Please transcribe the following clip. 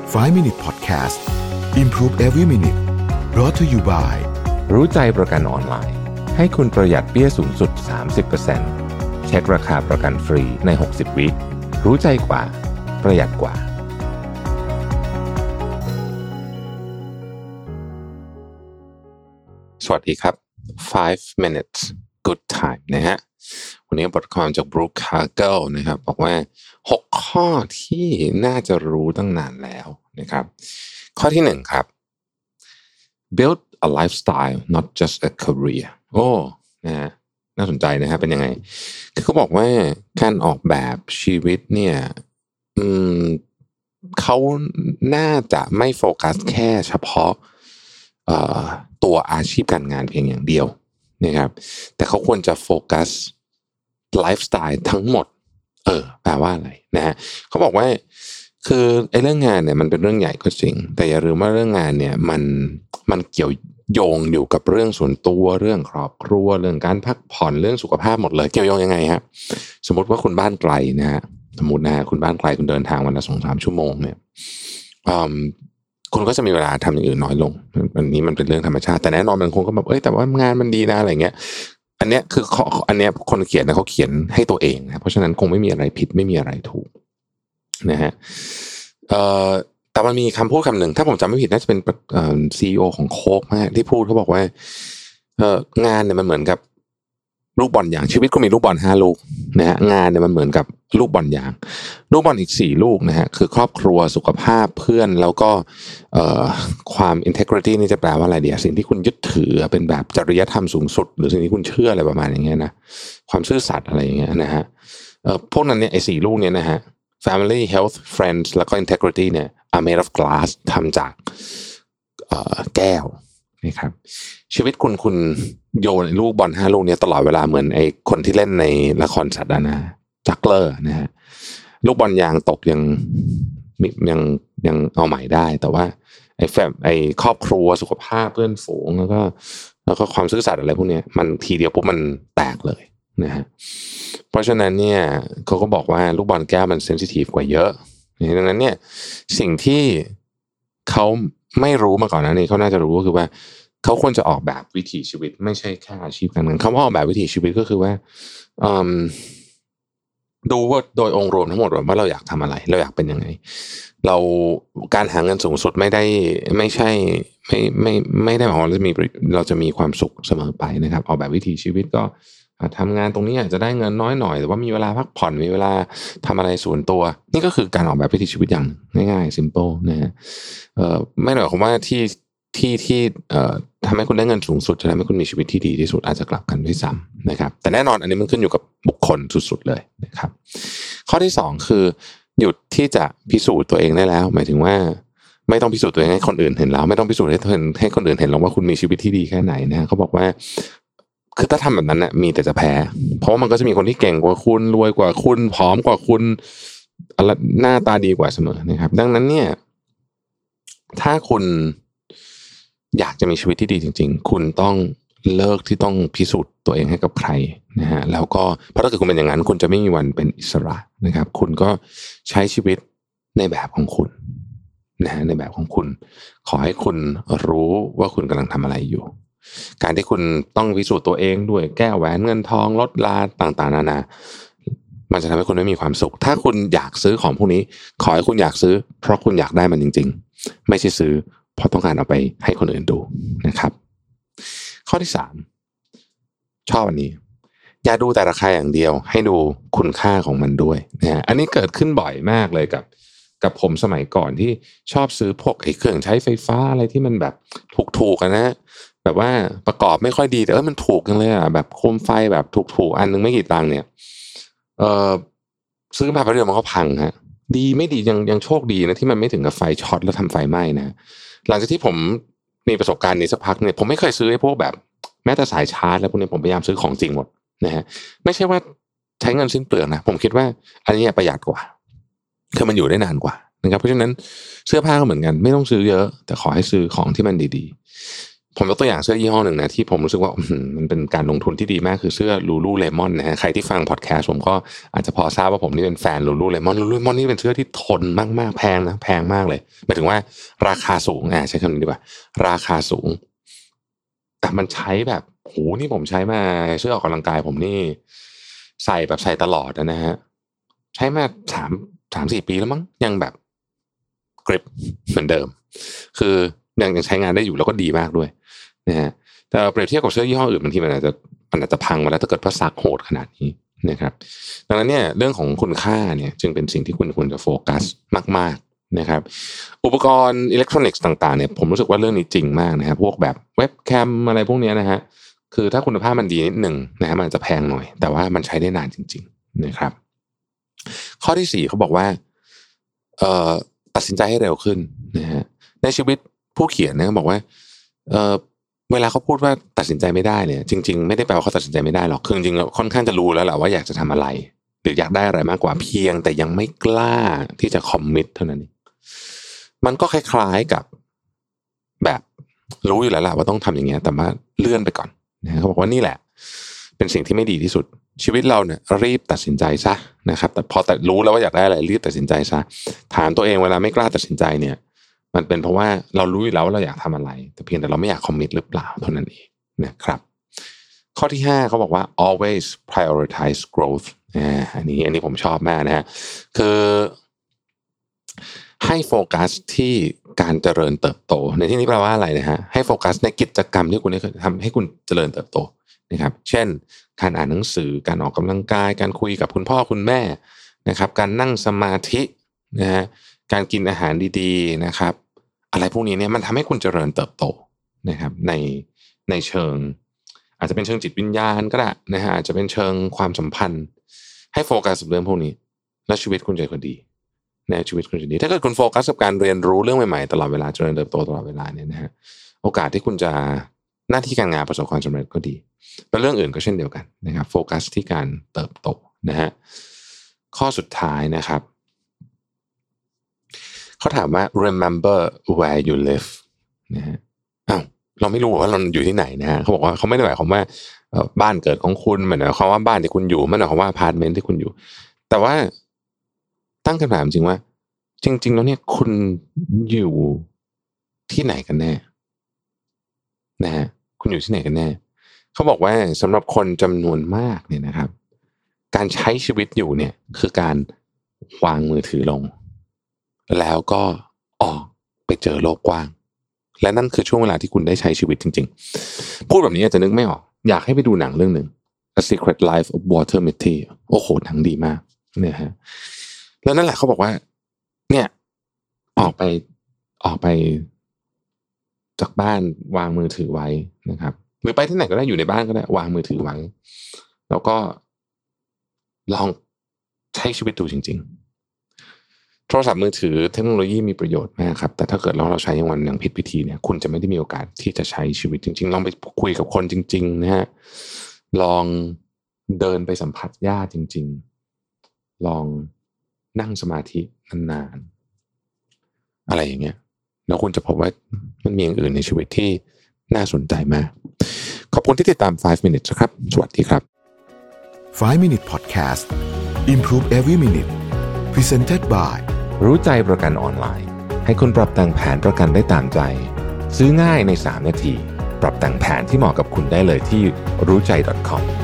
5 Minute Podcast Improve Every Minute brought to you by รู้ใจประกันออนไลน์ให้คุณประหยัดเบี้ยสูงสุด 30% เช็คราคาประกันฟรีใน60วิรู้ใจกว่าประหยัดกว่าสวัสดีครับ5 minutes good time นะฮะวันนี้บทความจาก Brooke Cargill นะครับบอกว่า6ข้อที่น่าจะรู้ตั้งนานแล้วนะครับข้อที่1ครับ build a lifestyle not just a career โอ้นะฮะน่าสนใจนะฮะเป็นยังไงคือเขาบอกว่าการออกแบบชีวิตเนี่ยเขาน่าจะไม่โฟกัสแค่เฉพาะตัวอาชีพการงานเพียงอย่างเดียวนะครับแต่เขาควรจะโฟกัสไลฟ์สไตล์ทั้งหมดแปลว่าอะไรนะฮะเขาบอกว่าคือไอ้เรื่องงานเนี่ยมันเป็นเรื่องใหญ่ก็จริงแต่อย่าลืมว่าเรื่องงานเนี่ยมันเกี่ยวโยงอยู่กับเรื่องส่วนตัวเรื่องครอบครัวเรื่องการพักผ่อนเรื่องสุขภาพหมดเลยเกี่ยวโยงยังไงฮะสมมติว่าคุณบ้านไกลนะฮะสมมตินะฮะคุณบ้านไกลคุณเดินทางวันละ 2-3 ชั่วโมงเนี่ยคุณก็จะมีเวลาทำอย่างอื่นน้อยลงอันนี้มันเป็นเรื่องธรรมชาติแต่แน่นอนมันคงก็แบบแต่ว่างานมันดีนะอะไรเงี้ยอันเนี้ยคืออันเนี้ยคนเขียนนะเขาเขียนให้ตัวเองนะเพราะฉะนั้นคงไม่มีอะไรผิดไม่มีอะไรถูกนะฮะแต่มันมีคำพูดคำหนึ่งถ้าผมจำไม่ผิดน่าจะเป็นCEO ของโค้กมากที่พูดเขาบอกว่างานเนี่ยมันเหมือนกับลูกบอลยางชีวิตก็มีลูกบอล5ลูกนะฮะงานเนี่ยมันเหมือนกับลูกบอลยางลูกบอลอีก4ลูกนะฮะคือครอบครัวสุขภาพเพื่อนแล้วก็ความ integrity นี่จะแปลว่าอะไรเดียวสิ่งที่คุณยึดถือเป็นแบบจริยธรรมสูงสุดหรือสิ่งที่คุณเชื่ออะไรประมาณอย่างเงี้ยนะความซื่อสัตย์อะไรอย่างเงี้ยนะฮะพวกนั้นเนี่ยไอ้4ลูกเนี่ยนะฮะ family health friends แล้วก็ integrity เนี่ย are made of glass ทำจากแก้วนะครับชีวิตคุณโยนลูกบอล5ลูกเนี่ยตลอดเวลาเหมือนไอ้คนที่เล่นในละครสัตว์นะจักเลอร์นะฮะลูกบอลยางตกยังเอาใหม่ได้แต่ว่าไอ้ครอบครัวสุขภาพเพื่อนฝูงแล้วก็ความซื่อสัตย์อะไรพวกนี้มันทีเดียวปุ๊บมันแตกเลยนะฮะเพราะฉะนั้นเนี่ยเขาก็บอกว่าลูกบอลแก้วมันเซนซิทีฟกว่าเยอะดังนั้นเนี่ยสิ่งที่เขาไม่รู้มาก่อนหน้านี้เขาน่าจะรู้ก็คือว่าเขาควรจะออกแบบวิถีชีวิตไม่ใช่แค่อาชีพการเงินคำว่าออกแบบวิถีชีวิตก็คือว่าดูว่าโดยองค์รวมทั้งหมดว่าเราอยากทำอะไรเราอยากเป็นยังไงเราการหาเงินสูงสุดไม่ได้หมายความว่าเราจะมีความสุขเสมอไปนะครับออกแบบวิถีชีวิตก็ทำงานตรงนี้อาจจะได้เงินน้อยหน่อยแต่ว่ามีเวลาพักผ่อนมีเวลาทำอะไรส่วนตัวนี่ก็คือการออกแบบวิถีชีวิตอย่างง่ายๆ simple นะฮะไม่หมายความว่าที่ทำให้คุณได้เงินสูงสุดจะทำให้คุณมีชีวิตที่ดีที่สุดอาจจะกลับกันด้วยซ้ำนะครับแต่แน่นอนอันนี้มันขึ้นอยู่กับบุคคลสุดๆเลยนะครับข้อที่2คือหยุดที่จะพิสูจน์ตัวเองได้แล้วหมายถึงว่าไม่ต้องพิสูจน์ตัวเองให้คนอื่นเห็นแล้วไม่ต้องพิสูจน์ให้คนอื่นเห็นหรอกว่าคุณมีชีวิตที่ดีแค่ไหนนะเขาบอกว่าคือถ้าทำแบบนั้นน่ะมีแต่จะแพ้เพราะมันก็จะมีคนที่เก่งกว่าคุณรวยกว่าคุณผอมกว่าคุณหน้าตาดีกว่าเสมอนะครับดังนั้นเนี่ยถ้าคุณอยากจะมีชีวิตที่ดีจริงๆคุณต้องเลิกที่ต้องพิสูจน์ตัวเองให้กับใครนะฮะแล้วก็เพราะถ้าเกิดคุณเป็นอย่างนั้นคุณจะไม่มีวันเป็นอิสระนะครับคุณก็ใช้ชีวิตในแบบของคุณนะฮะในแบบของคุณขอให้คุณรู้ว่าคุณกำลังทำอะไรอยู่การที่คุณต้องพิสูจน์ตัวเองด้วยแก้วแหวนเงินทองรถลาต่างๆนานามันจะทำให้คุณไม่มีความสุขถ้าคุณอยากซื้อของพวกนี้ขอให้คุณอยากซื้อเพราะคุณอยากได้มันจริงๆไม่ใช่ซื้อเพราะต้องการเอาไปให้คนอื่นดูนะครับข้อที่3ชอบอันนี้อย่าดูแต่ราคาอย่างเดียวให้ดูคุณค่าของมันด้วยนะฮะอันนี้เกิดขึ้นบ่อยมากเลยกับผมสมัยก่อนที่ชอบซื้อพวกไอ้เครื่องใช้ไฟฟ้าอะไรที่มันแบบถูกๆนะแบบว่าประกอบไม่ค่อยดีแต่มันถูกจังเลยอ่ะแบบโคมไฟแบบถูกๆอันนึงไม่กี่ตังค์เนี่ยซื้อมาแป๊บเดียวมันก็พังฮะดีไม่ดียังโชคดีนะที่มันไม่ถึงกับไฟช็อตแล้วทำไฟไหม้นะหลังจากที่ผมมีประสบการณ์นี้สักพักเนี่ยผมไม่เคยซื้อไอ้พวกแบบแม้แต่สายชาร์จแล้วพวกนี้ผมพยายามซื้อของจริงหมดนะฮะไม่ใช่ว่าใช้เงินสิ้นเปลืองนะผมคิดว่าอันนี้ประหยัดกว่าคือมันอยู่ได้นานกว่านะครับเพราะฉะนั้นเสื้อผ้าก็เหมือนกันไม่ต้องซื้อเยอะแต่ขอให้ซื้อของที่มันดีๆผมยกตัวอย่างเสื้อยี่ห้อหนึ่งนะที่ผมรู้สึกว่ามันเป็นการลงทุนที่ดีมากคือเสื้อ Lululemon นะฮะใครที่ฟังพอดแคสต์ผมก็อาจจะพอทราบว่าผมนี่เป็นแฟน Lululemon นี่เป็นเสื้อที่ทนมากๆแพงนะแพงมากเลยหมายถึงว่าราคาสูงใช้คำนี้ดีกว่าราคาสูงแต่มันใช้แบบโหนี่ผมใช้มาเสื้อออกกำลังกายผมนี่ใส่แบบใส่ตลอดนะฮะใช้มา3-4 ปีแล้วมั้งยังแบบกริปเหมือนเดิมคือยังใช้งานได้อยู่แล้วก็ดีมากด้วยนะฮะแต่เปรียบเทียบกับเสื้อยี่ห้ออื่นบางทีมันอาจจะพังมาแล้วถ้าเกิดว่าซักโหดขนาดนี้นะครับดังนั้นเนี่ยเรื่องของคุณค่าเนี่ยจึงเป็นสิ่งที่คุณควรจะโฟกัสมากๆนะครับอุปกรณ์อิเล็กทรอนิกส์ต่างๆเนี่ยผมรู้สึกว่าเรื่องนี้จริงมากนะครับพวกแบบเว็บแคมอะไรพวกนี้นะฮะคือถ้าคุณภาพมันดีนิดหนึ่งนะฮะมันจะแพงหน่อยแต่ว่ามันใช้ได้นานจริงๆนะครับข้อที่4เขาบอกว่าตัดสินใจให้เร็วขึ้นนะฮะในชีวิตผู้เขียนนะบอกว่าเวลาเขาพูดว่าตัดสินใจไม่ได้เนี่ยจริงๆไม่ได้แปลว่าเขาตัดสินใจไม่ได้หรอกคือจริงๆเราค่อนข้างจะรู้แล้วแหละว่าอยากจะทำอะไรหรืออยากได้อะไรมากกว่าเพียงแต่ยังไม่กล้าที่จะคอมมิตเท่านั้นเองมันก็คล้ายๆกับแบบรู้อยู่แล้วแหละว่าต้องทำอย่างเงี้ยแต่ว่าเลื่อนไปก่อนนะเขาบอกว่านี่แหละเป็นสิ่งที่ไม่ดีที่สุดชีวิตเราเนี่ยรีบตัดสินใจซะนะครับแต่พอรู้แล้วว่าอยากได้อะไรรีบตัดสินใจซะถามตัวเองเวลาไม่กล้าตัดสินใจเนี่ยมันเป็นเพราะว่าเรารู้อยู่แล้วว่าเราอยากทำอะไรแต่เพียงแต่เราไม่อยากคอมมิตหรือเปล่าเท่านั้นเองนะครับข้อที่5เขาบอกว่า always prioritize growth อันนี้ผมชอบมากนะฮะคือให้โฟกัสที่การเจริญเติบโตในที่นี้แปลว่าอะไรนะฮะให้โฟกัสในกิจกรรมที่คุณได้ทำให้คุณเจริญเติบโตนะครับเช่นการอ่านหนังสือการออกกำลังกายการคุยกับคุณพ่อคุณแม่นะครับการนั่งสมาธินะฮะการกินอาหารดีๆนะครับอะไรพวกนี้เนี่ยมันทำให้คุณเจริญเติบโตนะครับในเชิงอาจจะเป็นเชิงจิตวิญญาณก็ได้นะฮะอาจจะเป็นเชิงความสัมพันธ์ให้โฟกัสกับเรื่องพวกนี้แล้วชีวิตคุณจะดีในชีวิตคุณจะดีถ้าเกิดคุณโฟกัสกับการเรียนรู้เรื่องใหม่ๆตลอดเวลาเจริญเติบโตตลอดเวลาเนี่ยนะฮะโอกาสที่คุณจะหน้าที่การงานประสบความสำเร็จก็ดีแล้วเรื่องอื่นก็เช่นเดียวกันนะครับโฟกัสที่การเติบโตนะฮะข้อสุดท้ายนะครับเขาถามว่า remember where you live นะฮะเราไม่รู้ว่าเราอยู่ที่ไหนนะฮะเขาบอกว่าเขาไม่ได้หมายความว่าบ้านเกิดของคุณหมายความว่าบ้านที่คุณอยู่ไม่ได้หมายความว่าอพาร์ตเมนต์ที่คุณอยู่แต่ว่าตั้งคำถามจริงว่าจริงๆแล้วเนี่ยคุณอยู่ที่ไหนกันแน่นะฮะคุณอยู่ที่ไหนกันแน่เขาบอกว่าสำหรับคนจำนวนมากเนี่ยนะครับการใช้ชีวิตอยู่เนี่ยคือการวางมือถือลงแล้วก็ออกไปเจอโลกกว้างและนั่นคือช่วงเวลาที่คุณได้ใช้ชีวิตจริงๆพูดแบบนี้อาจจะนึกไม่ออกอยากให้ไปดูหนังเรื่องหนึ่ง A Secret Life of Walter Mitty โอ้โหหนังดีมากเนี่ยฮะแล้วนั่นแหละเขาบอกว่าเนี่ยออกไปจากบ้านวางมือถือไว้นะครับหรือไปที่ไหนก็ได้อยู่ในบ้านก็ได้วางมือถือไว้แล้วก็ลองใช้ชีวิตดูจริงๆโทรศัพท์มือถือเทคโนโลยีมีประโยชน์มากครับแต่ถ้าเกิดเราใช้อย่างผิดวิธีเนี่ยคุณจะไม่ได้มีโอกาสที่จะใช้ชีวิตจริงๆลองไปคุยกับคนจริงๆนะฮะลองเดินไปสัมผัสหญ้าจริงๆลองนั่งสมาธินานๆอะไรอย่างเงี้ยแล้วคุณจะพบว่ามันมีอย่างอื่นในชีวิตที่น่าสนใจมากขอบคุณที่ติดตาม5 minutes ครับสวัสดีครับ 5 minute podcast improve every minute presented by รู้ใจประกันออนไลน์ให้คุณปรับแต่งแผนประกันได้ตามใจซื้อง่ายใน3 นาทีปรับแต่งแผนที่เหมาะกับคุณได้เลยที่รู้ใจ .com